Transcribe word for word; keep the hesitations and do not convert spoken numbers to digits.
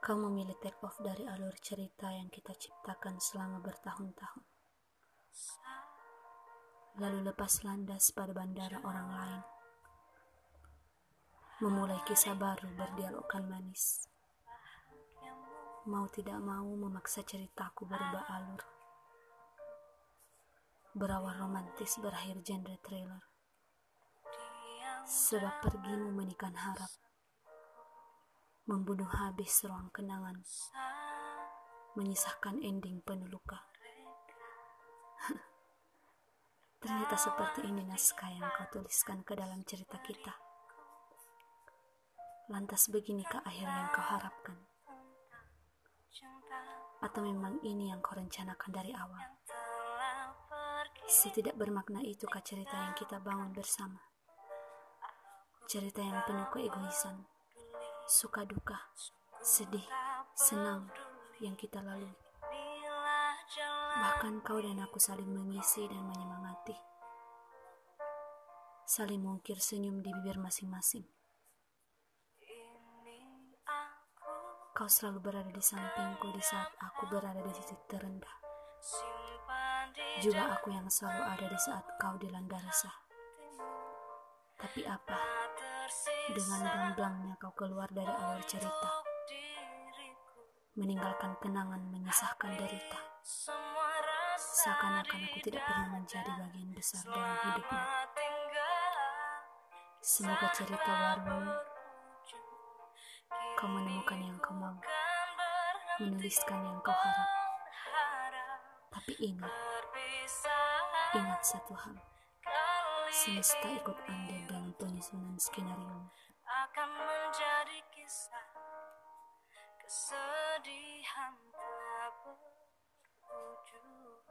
Kau memilih take off dari alur cerita yang kita ciptakan selama bertahun-tahun, lalu lepas landas pada bandara orang lain, memulai kisah baru berdialogkan manis. Mau tidak mau memaksa ceritaku berubah alur, berawal romantis berakhir genre thriller. Sebab pergimu menikam harap, membunuh habis ruang kenangan, menyisahkan ending penuh luka. Ternyata seperti ini naskah yang kau tuliskan ke dalam cerita kita. Lantas beginikah akhir yang kau harapkan? Atau memang ini yang kau rencanakan dari awal? Setidak bermakna itukah cerita yang kita bangun bersama? Cerita yang penuh keegoisan, suka duka, sedih, senang yang kita lalui. Bahkan kau dan aku saling mengisi dan menyemangati, saling mengukir senyum di bibir masing-masing. Kau selalu berada di sampingku di saat aku berada di titik terendah. Juga aku yang selalu ada di saat kau dilanda resah. Tapi apa, dengan gamblangnya kau keluar dari alur cerita, meninggalkan kenangan, menyisahkan derita. Seakan-akan aku tidak pernah menjadi bagian besar dalam hidupmu. Semoga cerita barumu kau menemukan yang kau mau, menuliskan yang kau harap. Tapi ingat, ingat satu hal, semesta ikut andil dalam penyusunan skenario akan menjadi kisah kesedihan.